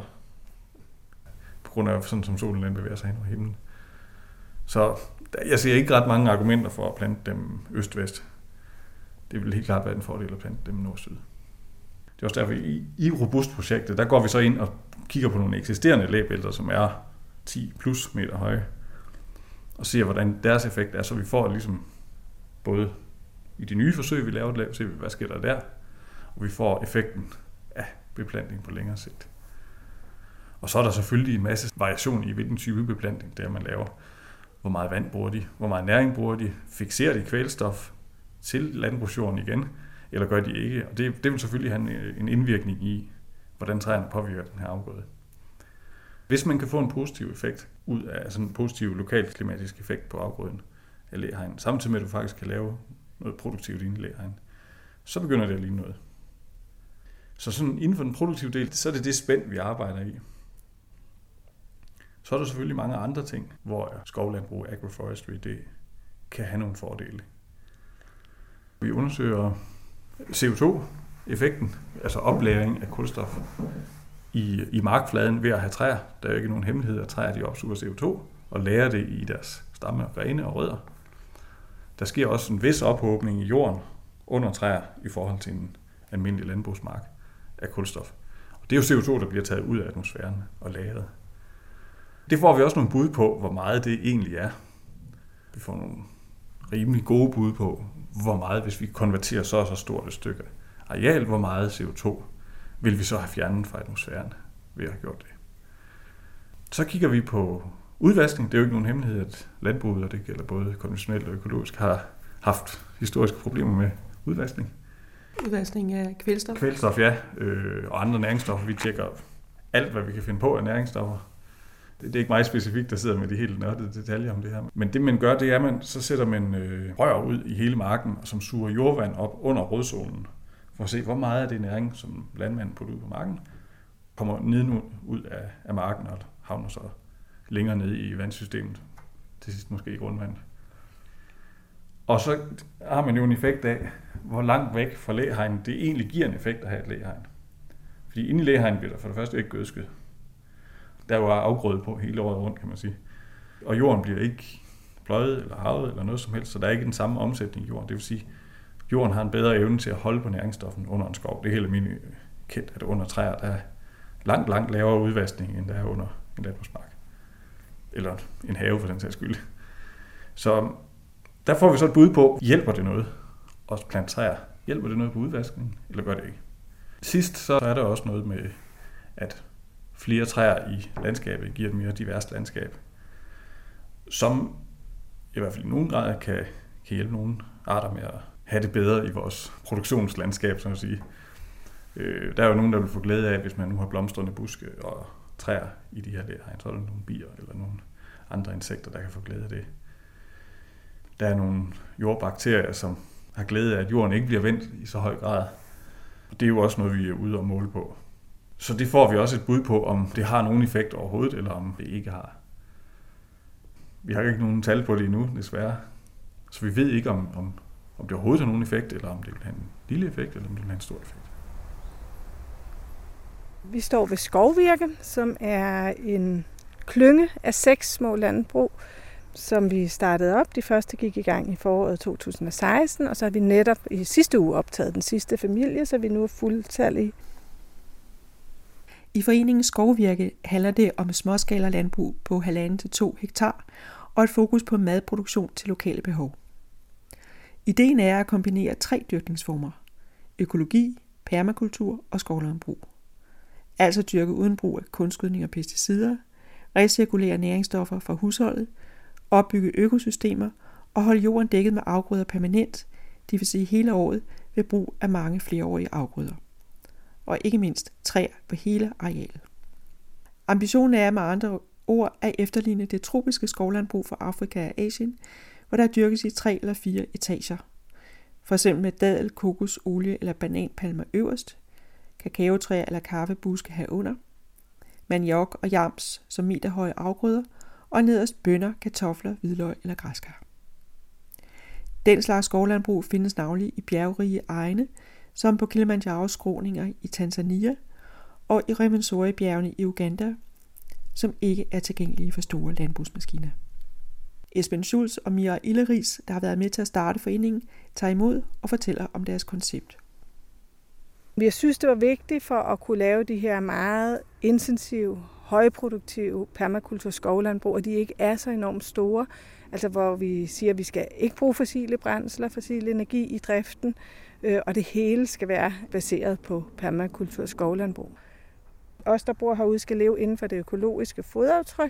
på grund af sådan som solen den bevæger sig hen over himlen. Så jeg ser ikke ret mange argumenter for at plante dem øst-vest. Det vil helt klart være en fordel at plante dem nord-syd. Det er også derfor, i, i Robust-projektet, der går vi så ind og kigger på nogle eksisterende læbælter, som er ti plus meter høje, og ser, hvordan deres effekt er, så vi får ligesom både i de nye forsøg, vi laver, ser vi, hvad sker der der, og vi får effekten af beplantning på længere sigt. Og så er der selvfølgelig en masse variation i, hvilken type beplantning det er, man laver. Hvor meget vand bruger de, hvor meget næring bruger de, fikserer de kvælstof til landbrugsjorden igen, eller gør de ikke? Og det, det vil selvfølgelig have en indvirkning i, hvordan træerne påvirker den her afgrøde. Hvis man kan få en positiv effekt ud af sådan en positiv lokal klimatisk effekt på afgrøden af læhegn, samtidig med at du faktisk kan lave noget produktivt i din læhegn, så begynder det at ligne noget. Så sådan inden for den produktive del, så er det det spænd, vi arbejder i. Så er der selvfølgelig mange andre ting, hvor skovlandbrug, agroforestry, det kan have nogle fordele. Vi undersøger C O to-effekten, altså oplæring af kulstof i, i markfladen ved at have træer. Der er jo ikke nogen hemmelighed, at træer de opsuger C O to og lærer det i deres stamme, grene og rødder. Der sker også en vis ophobning i jorden under træer i forhold til en almindelig landbrugsmark af kulstof. Og det er jo C O to, der bliver taget ud af atmosfæren og lagret. Det får vi også nogle bud på, hvor meget det egentlig er. Vi får nogle rimelig gode bud på, hvor meget, hvis vi konverterer så og så stort et stykke areal, hvor meget C O to vil vi så have fjernet fra atmosfæren ved at have gjort det. Så kigger vi på udvaskning. Det er jo ikke nogen hemmelighed, at landbruget, og det gælder både konventionelt og økologisk, har haft historiske problemer med udvaskning. Udvaskning af kvælstof? Kvælstof, ja, øh, og andre næringsstoffer. Vi tjekker alt, hvad vi kan finde på af næringsstoffer. Det er ikke meget specifikt, der sidder med de helt nørdede detaljer om det her. Men det, man gør, det er, at man, så sætter man øh, rør ud i hele marken, som suger jordvand op under rodzonen, for at se, hvor meget af det næring, som landmanden putter ud på marken, kommer ned ud af, af marken og havner så længere nede i vandsystemet, til sidst måske i grundvandet. Og så har man jo en effekt af, hvor langt væk fra læhegn det egentlig giver en effekt at have et læhegn. Fordi inde i læhegn bliver der for det første ikke gødsket. Der var afgrøde på hele året rundt, kan man sige. Og jorden bliver ikke pløjet eller havet eller noget som helst, så der er ikke den samme omsætning i jorden. Det vil sige, at jorden har en bedre evne til at holde på næringsstoffen under en skov. Det er helt almindeligt kendt, at under træer der er langt, langt lavere udvaskning, end der er under en landbrugsmark. Eller en have for den sags skyld. Så der får vi så et bud på, hjælper det noget at plante træer? Hjælper det noget på udvaskningen, eller gør det ikke? Sidst så er der også noget med, at flere træer i landskabet giver et mere diverst landskab, som i hvert fald i nogen grad kan, kan hjælpe nogle arter med at have det bedre i vores produktionslandskab, så at sige. Øh, der er jo nogen, der vil få glæde af, hvis man nu har blomstrende buske og træer i de her læhegn. Så er der nogle bier eller nogle andre insekter, der kan få glæde af det. Der er nogle jordbakterier, som har glæde af, at jorden ikke bliver vendt i så høj grad. Og det er jo også noget, vi er ude og måle på. Så det får vi også et bud på, om det har nogen effekt overhovedet, eller om det ikke har. Vi har ikke nogen tal på det endnu, desværre. Så vi ved ikke, om, om, om det overhovedet har nogen effekt, eller om det vil have en lille effekt, eller om det vil have en stor effekt. Vi står ved Skovvirke, som er en klynge af seks små landbrug, som vi startede op. De første gik i gang i foråret to tusind og seksten, og så har vi netop i sidste uge optaget den sidste familie, så vi nu er fuldtallige. I foreningen Skovvirke handler det om småskala landbrug på halvanden til to hektar og et fokus på madproduktion til lokale behov. Ideen er at kombinere tre dyrkningsformer: økologi, permakultur og skovlandbrug. Altså dyrke uden brug af kunstgødning og pesticider, recirkulere næringsstoffer fra husholdet, opbygge økosystemer og holde jorden dækket med afgrøder permanent, det vil sige hele året ved brug af mange flereårige afgrøder. Og ikke mindst træer på hele arealet. Ambitionen er med andre ord at efterligne det tropiske skovlandbrug fra Afrika og Asien, hvor der dyrkes i tre eller fire etager. For eksempel med dadel, kokos, olie eller bananpalmer øverst, kakaotræer eller kaffebuske herunder, maniok og jams som meterhøje afgrøder, og nederst bønner, kartofler, hvidløg eller græskar. Den slags skovlandbrug findes navnlig i bjergrige egne, som på Kilimanjaros skråninger i Tanzania og i Rwenzori-bjergene i Uganda, som ikke er tilgængelige for store landbrugsmaskiner. Esben Schulz og Mira Illeris, der har været med til at starte foreningen, tager imod og fortæller om deres koncept. Vi synes, det var vigtigt for at kunne lave de her meget intensive, højproduktive permakultur-skovlandbrug, og de ikke er så enormt store. Altså hvor vi siger, at vi skal ikke bruge fossile brændsler, fossil energi i driften, og det hele skal være baseret på permakultur-skovlandbrug. Os, der bor herude, skal leve inden for det økologiske fodaftryk,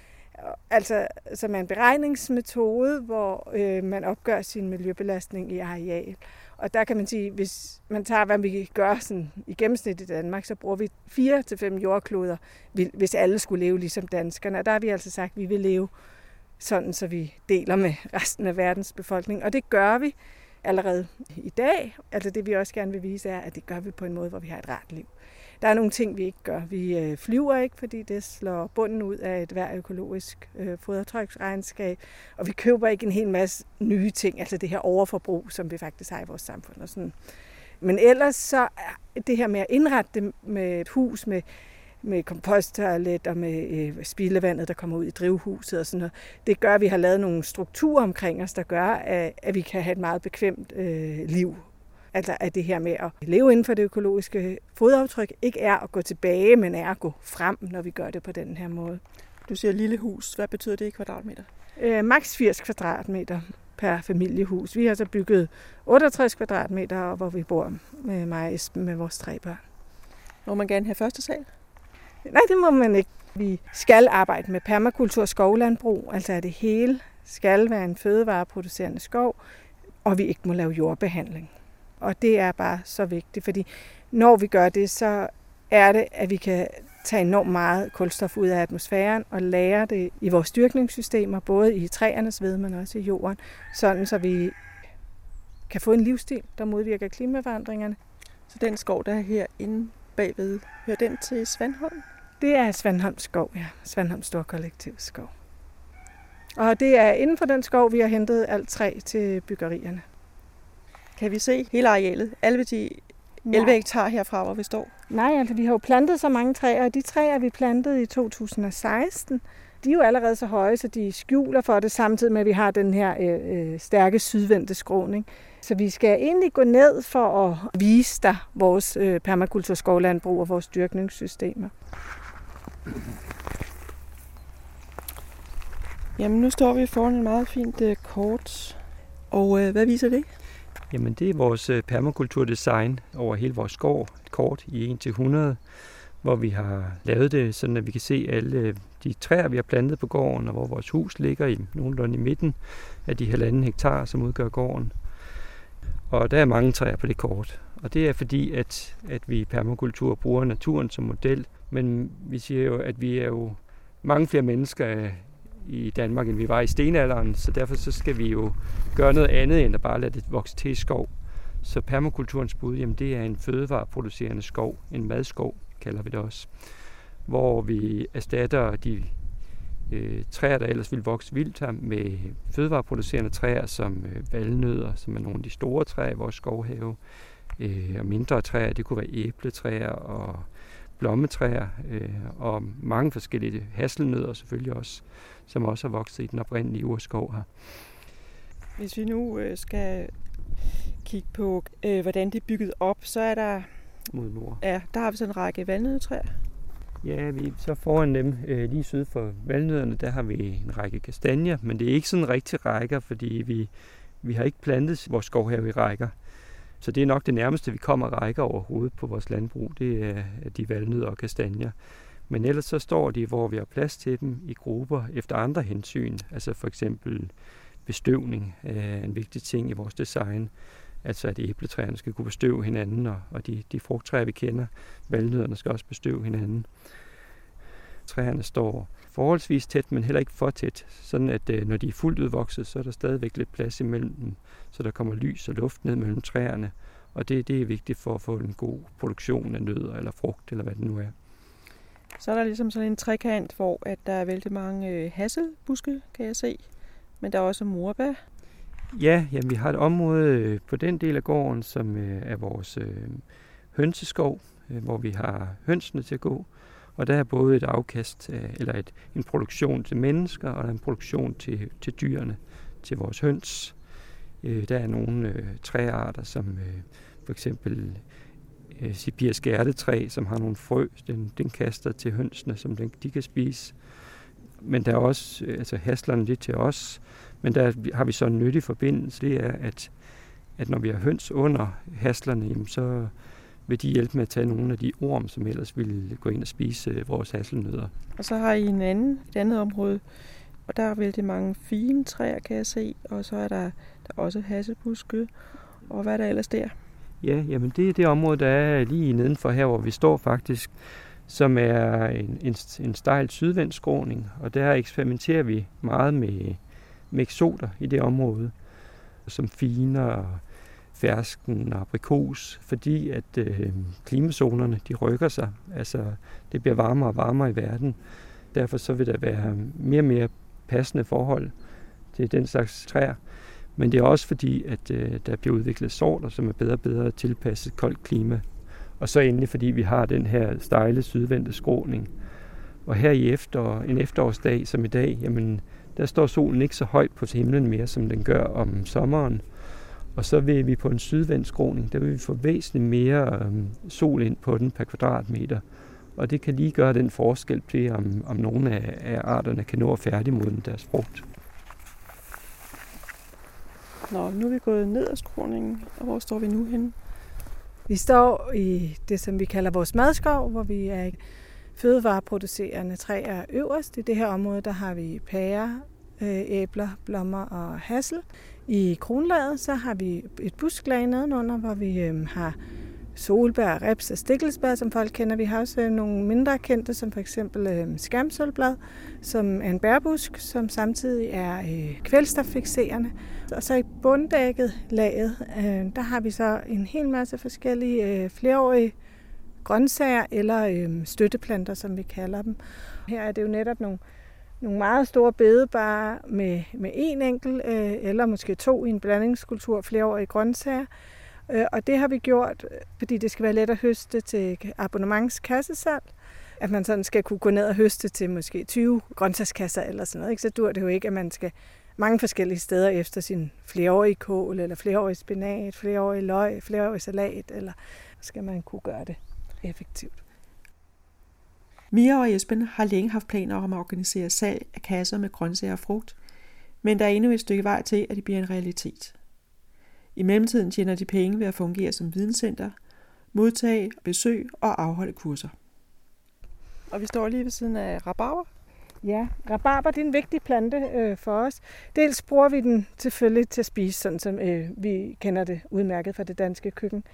altså som er en beregningsmetode, hvor øh, man opgør sin miljøbelastning i areal. Og der kan man sige, hvis man tager, hvad vi gør sådan, i gennemsnit i Danmark, så bruger vi fire til fem jordkloder, hvis alle skulle leve ligesom danskerne. Og der har vi altså sagt, at vi vil leve sådan, så vi deler med resten af verdens befolkning. Og det gør vi allerede i dag. Altså det vi også gerne vil vise er, at det gør vi på en måde, hvor vi har et rart liv. Der er nogle ting, vi ikke gør. Vi flyver ikke, fordi det slår bunden ud af et hver økologisk øh, fodertryksregnskab. Og vi køber ikke en hel masse nye ting, altså det her overforbrug, som vi faktisk har i vores samfund. Og sådan. Men ellers så er det her med at indrette det med et hus med, med komposttoilet og med øh, spildevandet, der kommer ud i drivhuset og sådan noget, det gør, at vi har lavet nogle strukturer omkring os, der gør, at, at vi kan have et meget bekvemt øh, liv. Altså at det her med at leve inden for det økologiske fodaftryk ikke er at gå tilbage, men er at gå frem, når vi gør det på den her måde. Du siger lille hus. Hvad betyder det i kvadratmeter? Øh, Maks firs kvadratmeter per familiehus. Vi har så bygget otteogtres kvadratmeter, hvor vi bor med mig og Esben med vores tre børn. Må man gerne have første sal? Nej, det må man ikke. Vi skal arbejde med permakultur og skovlandbrug, altså at det hele skal være en fødevareproducerende skov, og vi ikke må lave jordbehandling. Og det er bare så vigtigt, fordi når vi gør det, så er det, at vi kan tage enormt meget kulstof ud af atmosfæren og lære det i vores dyrkningssystemer, både i træernes ved, men også i jorden, sådan så vi kan få en livsstil, der modvirker klimaforandringerne. Så den skov, der er herinde bagved, hører den til Svanholm? Det er Svanholm skov, ja. Svanholm Storkollektiv skov. Og det er inden for den skov, vi har hentet alt træ til byggerierne. Kan vi se hele arealet? Alle de elleve hektar herfra, hvor vi står? Nej, altså vi har jo plantet så mange træer, og de træer, vi plantede i to tusind og seksten, de er jo allerede så høje, så de skjuler for det, samtidig med, at vi har den her øh, stærke sydvendte skråning. Så vi skal egentlig gå ned for at vise dig vores øh, permakulturskovlandbrug og vores dyrkningssystemer. Jamen, nu står vi foran et meget fint øh, kort. Og øh, hvad viser det? Jamen, det er vores øh, permakulturdesign over hele vores skov. Et kort i en til hundrede, hvor vi har lavet det, sådan at vi kan se alle de træer, vi har plantet på gården, og hvor vores hus ligger i nogenlunde i midten af de halvanden hektar, som udgør gården. Og der er mange træer på det kort. Og det er fordi, at, at vi i permakultur bruger naturen som model Men vi siger jo, at vi er jo mange flere mennesker i Danmark, end vi var i stenalderen, så derfor så skal vi jo gøre noget andet, end at bare lade det vokse til i skov. Så permakulturens bud, jamen det er en fødevareproducerende skov, en madskov kalder vi det også, hvor vi erstatter de øh, træer, der ellers ville vokse vildt her, med fødevareproducerende træer som øh, valnødder, som er nogle af de store træer i vores skovhave, øh, og mindre træer, det kunne være æbletræer og blommetræer, øh, og mange forskellige hasselnødder selvfølgelig også, som også har vokset i den oprindelige urskov her. Hvis vi nu øh, skal kigge på, øh, hvordan det er bygget op, så er der... Mod nord. Ja, der har vi sådan en række valnøddetræer. Ja, vi, så foran dem, øh, lige syd for valnødderne, der har vi en række kastanjer, men det er ikke sådan en rigtig rækker, fordi vi, vi har ikke plantet vores skovhave i rækker. Så det er nok det nærmeste, vi kommer rækker overhovedet på vores landbrug, det er de valnødder og kastanjer. Men ellers så står de, hvor vi har plads til dem, i grupper efter andre hensyn. Altså for eksempel bestøvning er en vigtig ting i vores design. Altså at æbletræerne skal kunne bestøve hinanden, og, og de, de frugttræer, vi kender, valnødderne skal også bestøve hinanden. Træerne står forholdsvis tæt, men heller ikke for tæt. Sådan at når de er fuldt udvokset, så er der stadigvæk lidt plads imellem dem, så der kommer lys og luft ned mellem træerne. Og det, det er vigtigt for at få en god produktion af nødder eller frugt, eller hvad det nu er. Så er der ligesom sådan en trekant, hvor at der er vældig mange hasselbuske, kan jeg se. Men der er også morbær. Ja, jamen, vi har et område på den del af gården, som er vores øh, hønseskov, øh, hvor vi har hønsene til at gå. Og der er både et afkast, øh, eller et, en produktion til mennesker, og der er en produktion til, til dyrene, til vores høns. Øh, der er nogle øh, træarter, som øh, for eksempel øh, sibirsk ærtetræ, som har nogle frø, den, den kaster til hønsene, som den, de kan spise. Men der er også, altså haslerne det til os, men der har vi så en nyttig forbindelse, det er, at, at når vi har høns under haslerne, jamen, så vil de hjælpe med at tage nogle af de orm, som ellers ville gå ind og spise vores hasselnødder. Og så har I en anden, et andet område, og der er vældig mange fine træer, kan jeg se, og så er der, der er også hasselbuske, og hvad er der ellers der? Ja, jamen det er det område, der er lige nedenfor her, hvor vi står faktisk, som er en, en, en stejl sydvendt skråning, og der eksperimenterer vi meget med, med eksoter i det område, som finer, fersken og aprikos, fordi at øh, klimazonerne, de rykker sig, altså det bliver varmere og varmere i verden. Derfor så vil der være mere og mere passende forhold til den slags træer, men det er også fordi, at øh, der bliver udviklet sorter, som er bedre og bedre tilpasset koldt klima. Og så endelig, fordi vi har den her stejle sydvendte skråning. Og her i efterår, en efterårsdag som i dag, jamen, der står solen ikke så højt på himlen mere, som den gør om sommeren. Og så vil vi på en sydvendt skråning, der vil vi få væsentligt mere øhm, sol ind på den per kvadratmeter. Og det kan lige gøre den forskel til, om, om nogle af, af arterne kan nå at færdigmodne deres frugt. Nå, nu er vi gået ned ad skråningen, og hvor står vi nu henne? Vi står i det, som vi kalder vores madskov, hvor vi er fødevareproducerende træer øverst. I det her område, der har vi pærer, æbler, blommer og hassel. I kronlaget, så har vi et busklag nedenunder, hvor vi øhm, har solbær, reps og stikkelsbær, som folk kender. Vi har også øh, nogle mindre kendte, som for eksempel øh, skærmsølblad, som er en bærbusk, som samtidig er øh, kvælstoffikserende. Og så i bunddækket laget, øh, der har vi så en hel masse forskellige øh, flerårige grøntsager eller øh, støtteplanter, som vi kalder dem. Her er det jo netop nogle, nogle meget store bedebarer med, med en enkelt øh, eller måske to i en blandingskultur flerårige grøntsager. Og det har vi gjort, fordi det skal være let at høste til abonnementskassesalg. At man sådan skal kunne gå ned og høste til måske tyve grøntsagskasser eller sådan noget. Så dur det jo ikke, at man skal mange forskellige steder efter sin flerårige kål, eller flerårige spinat, flerårige løg, flerårige salat, eller skal man kunne gøre det effektivt. Mia og Esben har længe haft planer om at organisere salg af kasser med grøntsager og frugt, men der er endnu et stykke vej til, at det bliver en realitet. I mellemtiden tjener de penge ved at fungere som videnscenter, modtage besøg og afholde kurser. Og vi står lige ved siden af rabarber. Ja, rabarber det er en vigtig plante øh, for os. Dels bruger vi den selvfølgelig til at spise, sådan som øh, vi kender det udmærket fra det danske køkken.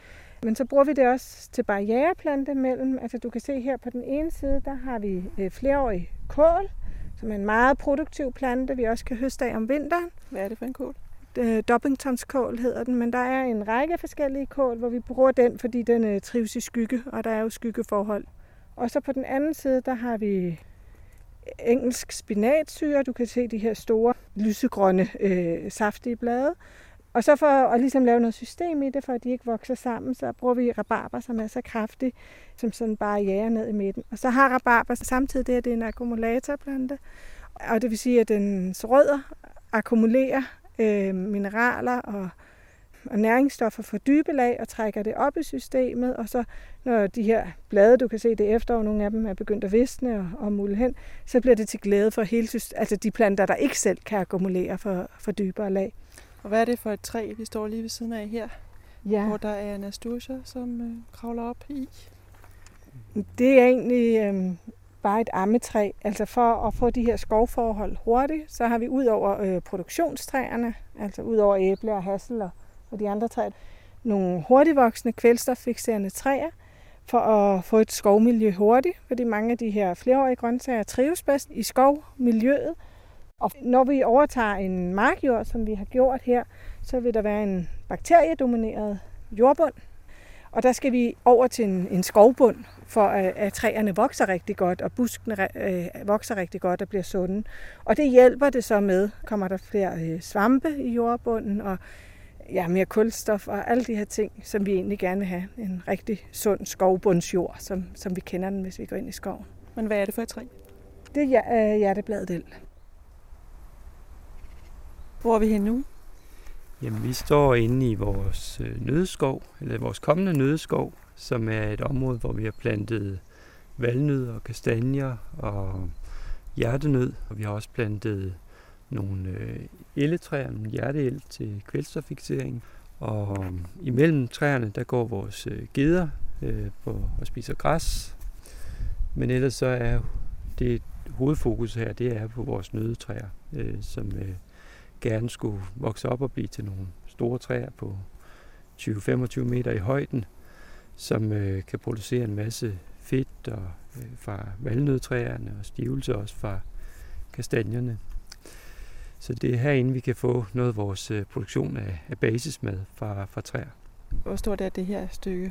Men så bruger vi det også til barriereplante mellem. Altså du kan se her på den ene side, der har vi øh, flerårig kål, som er en meget produktiv plante, vi også kan høste af om vinteren. Hvad er det for en kål? Dobbingtonskål hedder den, men der er en række forskellige kål, hvor vi bruger den, fordi den øh, trives i skygge, og der er jo skyggeforhold. Og så på den anden side, der har vi engelsk spinatsyre. Du kan se de her store, lysegrønne, øh, saftige blade. Og så for at ligesom lave noget system i det, for at de ikke vokser sammen, så bruger vi rabarber, som er så kraftig, som sådan bare jager ned i midten. Og så har rabarber samtidig det, at det er en akkumulatorplante. Og det vil sige, at dens rødder akkumulerer øh, mineraler og, og næringsstoffer fra dybe lag og trækker det op i systemet. Og så når de her blade, du kan se det efter, og nogle af dem er begyndt at visne og, og mulde hen, så bliver det til glæde for hele systemet, altså de planter, der ikke selv kan akkumulere for, for dybere lag. Og hvad er det for et træ, vi står lige ved siden af her? Ja. Hvor der er nasturtier, som øh, kravler op i? Det er egentlig øh, bare et ammetræ. Altså for at få de her skovforhold hurtigt, så har vi ud over øh, produktionstræerne, altså ud over æble og hassel og, og de andre træer, nogle hurtigvoksende kvælstoffikserende træer, for at få et skovmiljø hurtigt, fordi mange af de her flerårige grøntsager trives bedst i skovmiljøet. Og når vi overtager en markjord, som vi har gjort her, så vil der være en bakteriedomineret jordbund. Og der skal vi over til en, en skovbund, for at, at træerne vokser rigtig godt, og buskene øh, vokser rigtig godt og bliver sunde. Og det hjælper det så med, kommer der flere øh, svampe i jordbunden, og ja, mere kulstof og alle de her ting, som vi egentlig gerne vil have. En rigtig sund skovbundsjord, som, som vi kender den, hvis vi går ind i skoven. Men hvad er det for et træ? Det er øh, hjertebladet el. Hvor er vi henne nu? Jamen, vi står inde i vores nøddeskov, eller vores kommende nøddeskov, som er et område, hvor vi har plantet valnødder og kastanjer og hjertenød. Og vi har også plantet nogle elletræer, nogle hjerteel til kvælstoffiksering. Og imellem træerne, der går vores geder på og spiser græs. Men ellers så er det hovedfokus her, det er på vores nøddetræer, som gerne skulle vokse op og blive til nogle store træer på tyve til femogtyve meter i højden, som øh, kan producere en masse fedt og, øh, fra valnødtræerne og stivelse også fra kastanjerne. Så det er herinde, vi kan få noget af vores øh, produktion af, af basismad fra, fra træer. Hvor stort er det her stykke?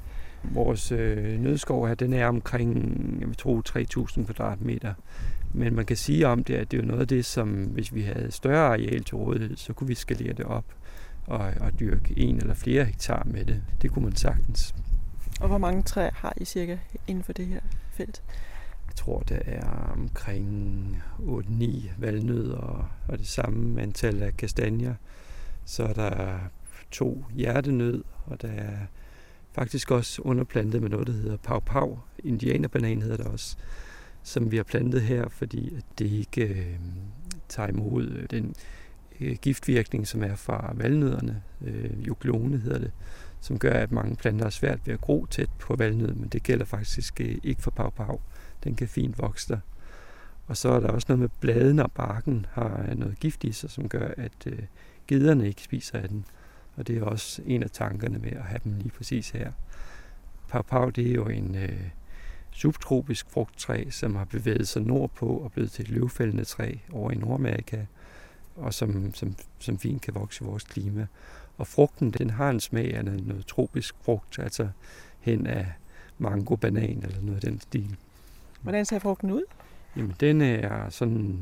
Vores øh, nødskov her, den er omkring, jeg vil tro, tre tusind kvadratmeter. Men man kan sige om det, at det er noget af det, som hvis vi havde større areal til rådighed, så kunne vi skalere det op og, og dyrke en eller flere hektar med det. Det kunne man sagtens. Og hvor mange træer har I cirka inden for det her felt? Jeg tror, der er omkring otte ni valnødder og det samme antal af kastanjer. Så er der to hjertenød, og der er faktisk også underplantet med noget, der hedder pau-pau. Indianerbanan hedder det også, som vi har plantet her, fordi at det ikke øh, tager imod den øh, giftvirkning, som er fra valnødderne. Øh, juglone hedder det, som gør, at mange planter er svært ved at gro tæt på valnød, men det gælder faktisk øh, ikke for pau-pau. Den kan fint vokse der. Og så er der også noget med bladene og barken har noget gift i sig, som gør, at øh, gederne ikke spiser af den. Og det er også en af tankerne ved at have dem lige præcis her. Pau-pau, det er jo en øh, subtropisk frugttræ, som har bevæget sig nordpå og blevet til et løvfældende træ over i Nordamerika, og som, som, som fint kan vokse i vores klima. Og frugten, den har en smag af noget tropisk frugt, altså hen af mango, banan eller noget af den stil. Hvordan ser frugten ud? Jamen, den er sådan en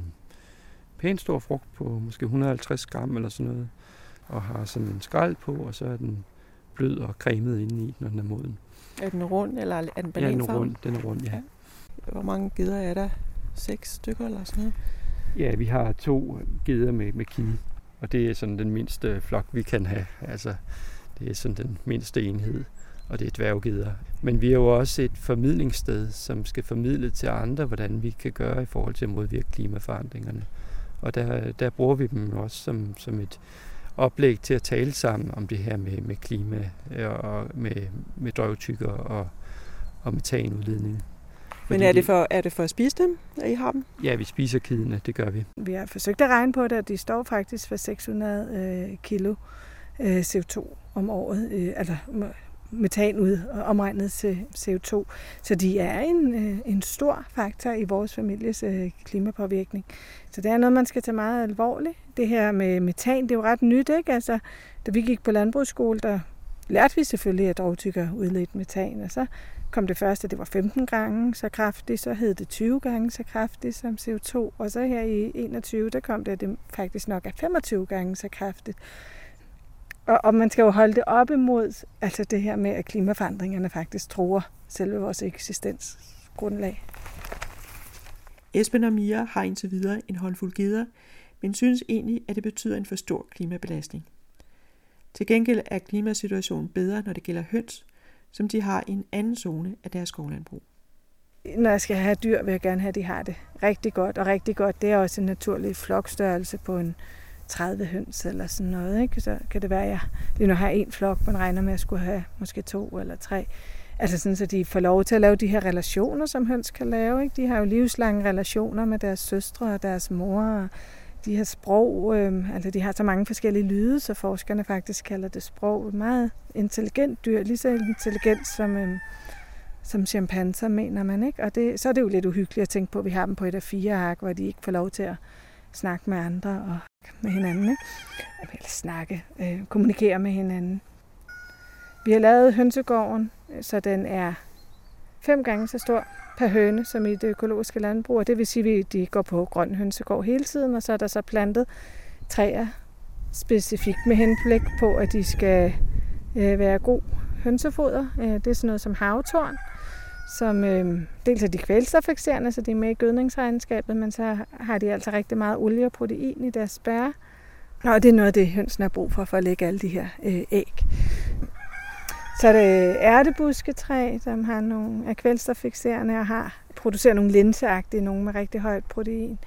pænt stor frugt på måske et hundrede og halvtreds gram eller sådan noget, og har sådan en skrald på, og så er den blød og cremet indeni, når den er moden. Er den rund, eller er den bananfarvet? Ja, den er rund, den er rund, ja. ja. Hvor mange geder er der? Seks stykker eller sådan noget? Ja, vi har to geder med, med kimi, og det er sådan den mindste flok, vi kan have. Altså, det er sådan den mindste enhed, og det er dværggeder. Men vi er jo også et formidlingssted, som skal formidle til andre, hvordan vi kan gøre i forhold til at modvirke klimaforandringerne. Og der, der bruger vi dem også som, som et oplæg til at tale sammen om det her med, med klima og med, med drøvtykker og, og metanudledning. Men er det, for, er det for at spise dem, at I har dem? Ja, vi spiser kidene, det gør vi. Vi har forsøgt at regne på det, og de står faktisk for seks hundrede øh, kilo øh, C O to om året. Øh, altså metan ud og omregnet til C O to. Så de er en, en stor faktor i vores families klimapåvirkning. Så det er noget, man skal tage meget alvorligt. Det her med metan, det er jo ret nyt, ikke? Altså, da vi gik på landbrugsskole, der lærte vi selvfølgelig, at rovdyr udledte metan, og så kom det første, det var femten gange så kraftigt, så hed det tyve gange så kraftigt som C O to, og så her i enogtyve, der kom det, at det faktisk nok er femogtyve gange så kraftigt. Og, og man skal jo holde det op imod altså det her med, at klimaforandringerne faktisk truer selve vores eksistensgrundlag. Esben og Mia har indtil videre en håndfuld geder, men synes egentlig, at det betyder en for stor klimabelastning. Til gengæld er klimasituationen bedre, når det gælder høns, som de har i en anden zone af deres skovlandbrug. Når jeg skal have dyr, vil jeg gerne have, at de har det rigtig godt. Og rigtig godt, det er også en naturlig flokstørrelse på en tredive høns eller sådan noget. Ikke? Så kan det være, at jeg lige nu har en flok, man regner med at skulle have måske to eller tre. Altså sådan, så de får lov til at lave de her relationer, som høns kan lave. Ikke? De har jo livslange relationer med deres søstre og deres mor. Og de har sprog, øh, altså de har så mange forskellige lyde, så forskerne faktisk kalder det sprog. Et meget intelligent dyr, lige så intelligent som, øh, som chimpanser, mener man. Ikke? Og det, så er det jo lidt uhyggeligt at tænke på, at vi har dem på et af fire ark, hvor de ikke får lov til at snakke med andre og med hinanden. Ikke? Eller snakke, øh, kommunikere med hinanden. Vi har lavet hønsegården, så den er fem gange så stor per høne som i det økologiske landbrug. Og det vil sige, at de går på grøn hønsegård hele tiden, og så er der så plantet træer specifikt med henblik på, at de skal øh, være god hønsefoder. Det er sådan noget som havtorn, som øh, dels er de kvælstoffikserende, så de er med i gødningsregnskabet, men så har de altså rigtig meget olie og protein i deres spærre. Og det er noget af det, hønsen har brug for, for at lægge alle de her øh, æg. Så er det ærtebusketræ, som har nogle af kvælstoffikserende og har producerer nogle linseagtige, nogle med rigtig højt protein.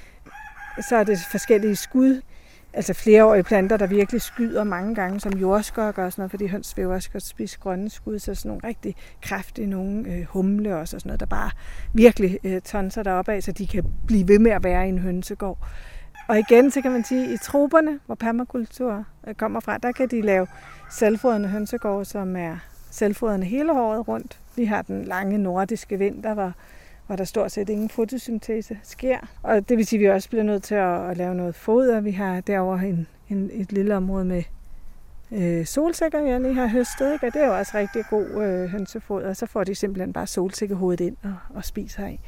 Så er det forskellige skud, altså flereårige planter, der virkelig skyder mange gange, som jordskok og sådan noget, fordi høns vil jo også godt spise grønne skud, så sådan nogle rigtig kraftige, nogle øh, humle også og sådan noget, der bare virkelig øh, tonser deroppe af, så de kan blive ved med at være i en hønsegård. Og igen, så kan man sige, at i troberne, hvor permakultur kommer fra, der kan de lave selvfodrende hønsegårde, som er selvfodrende hele året rundt. Vi har den lange nordiske vinter, hvor, hvor der stort set ingen fotosyntese sker. Og det vil sige, at vi også bliver nødt til at, at lave noget foder. Vi har derovre en, en, et lille område med øh, solsikker, jeg lige har høstet, ikke? Og det er jo også rigtig god øh, hønsefoder. Og så får de simpelthen bare solsikkerhovedet ind og, og spiser af.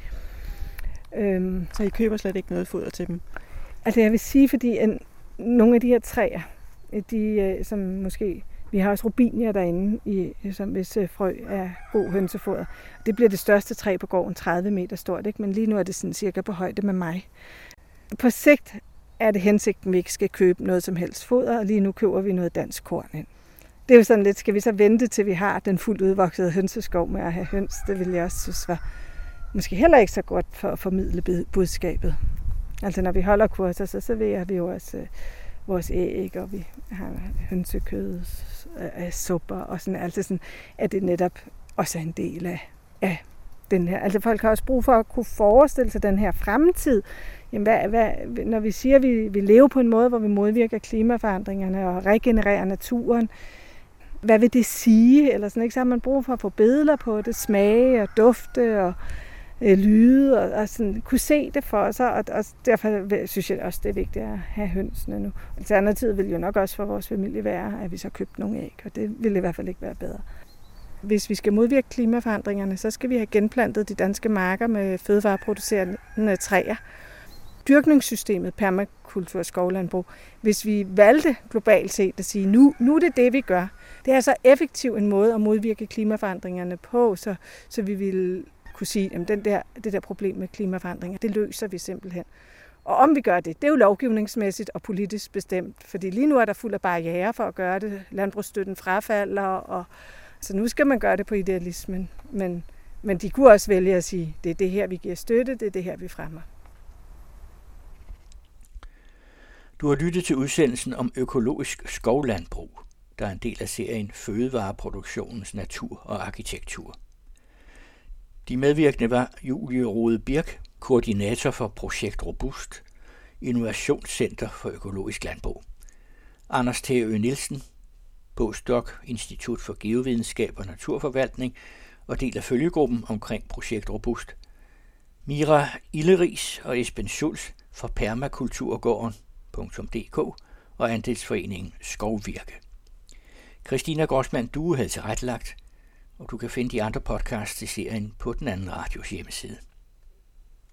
Øhm, så I køber slet ikke noget foder til dem? Altså jeg vil sige, fordi en, nogle af de her træer, de, som måske, vi har også robinier derinde, i, som hvis frø er god hønsefoder. Det bliver det største træ på gården, tredive meter stort, ikke? Men lige nu er det sådan cirka på højde med mig. På sigt er det hensigten, vi ikke skal købe noget som helst foder, og lige nu køber vi noget dansk korn ind. Det er jo sådan lidt, skal vi så vente til vi har den fuldt udvoksede hønseskov med at have høns? Det vil jeg også synes var måske heller ikke så godt for at formidle budskabet. Altså når vi holder kurser, så serverer vi jo også øh, vores æg, og vi har hønsekød, øh, supper og sådan. Altså sådan, at det netop også er en del af, af den her. Altså folk har også brug for at kunne forestille sig den her fremtid. Jamen, hvad, hvad, når vi siger, at vi, vi lever på en måde, hvor vi modvirker klimaforandringerne og regenererer naturen, hvad vil det sige? Eller sådan, ikke? Så har man brug for at få billeder på det, smage og dufte og øh, lyde og, og sådan, kunne se det for sig. Og, og derfor synes jeg også, det er vigtigt at have hønsene nu. Alternativet vil jo nok også for vores familie være, at vi så købte nogle æg, og det ville i hvert fald ikke være bedre. Hvis vi skal modvirke klimaforandringerne, så skal vi have genplantet de danske marker med fødevareproducerende træer. Dyrkningssystemet, permakultur og skovlandbrug, hvis vi valgte globalt set at sige, nu, nu er det det, vi gør. Det er så effektiv en måde at modvirke klimaforandringerne på, så, så vi vil kunne sige, at den der, det der problem med klimaforandringer, det løser vi simpelthen. Og om vi gør det, det er jo lovgivningsmæssigt og politisk bestemt, fordi lige nu er der fuld af barrierer for at gøre det. Landbrugsstøtten frafalder, og så nu skal man gøre det på idealismen. Men, men de kunne også vælge at sige, det er det her, vi giver støtte, det er det her, vi fremmer. Du har lyttet til udsendelsen om økologisk skovlandbrug, der er en del af serien Fødevareproduktionens natur og arkitektur. De medvirkende var Julie Rode Birk, koordinator for Projekt Robust, Innovationscenter for økologisk landbrug, Anders Theø Nielsen, postdoc, Institut for Geovidenskab og Naturforvaltning og del af følgegruppen omkring Projekt Robust. Mira Illeris og Esben Schulz fra permakulturgården punktum d k og andelsforeningen Skovvirke. Christina Grossmann Due havde tilrettelagt, og du kan finde de andre podcasts til serien på den anden radios hjemmeside.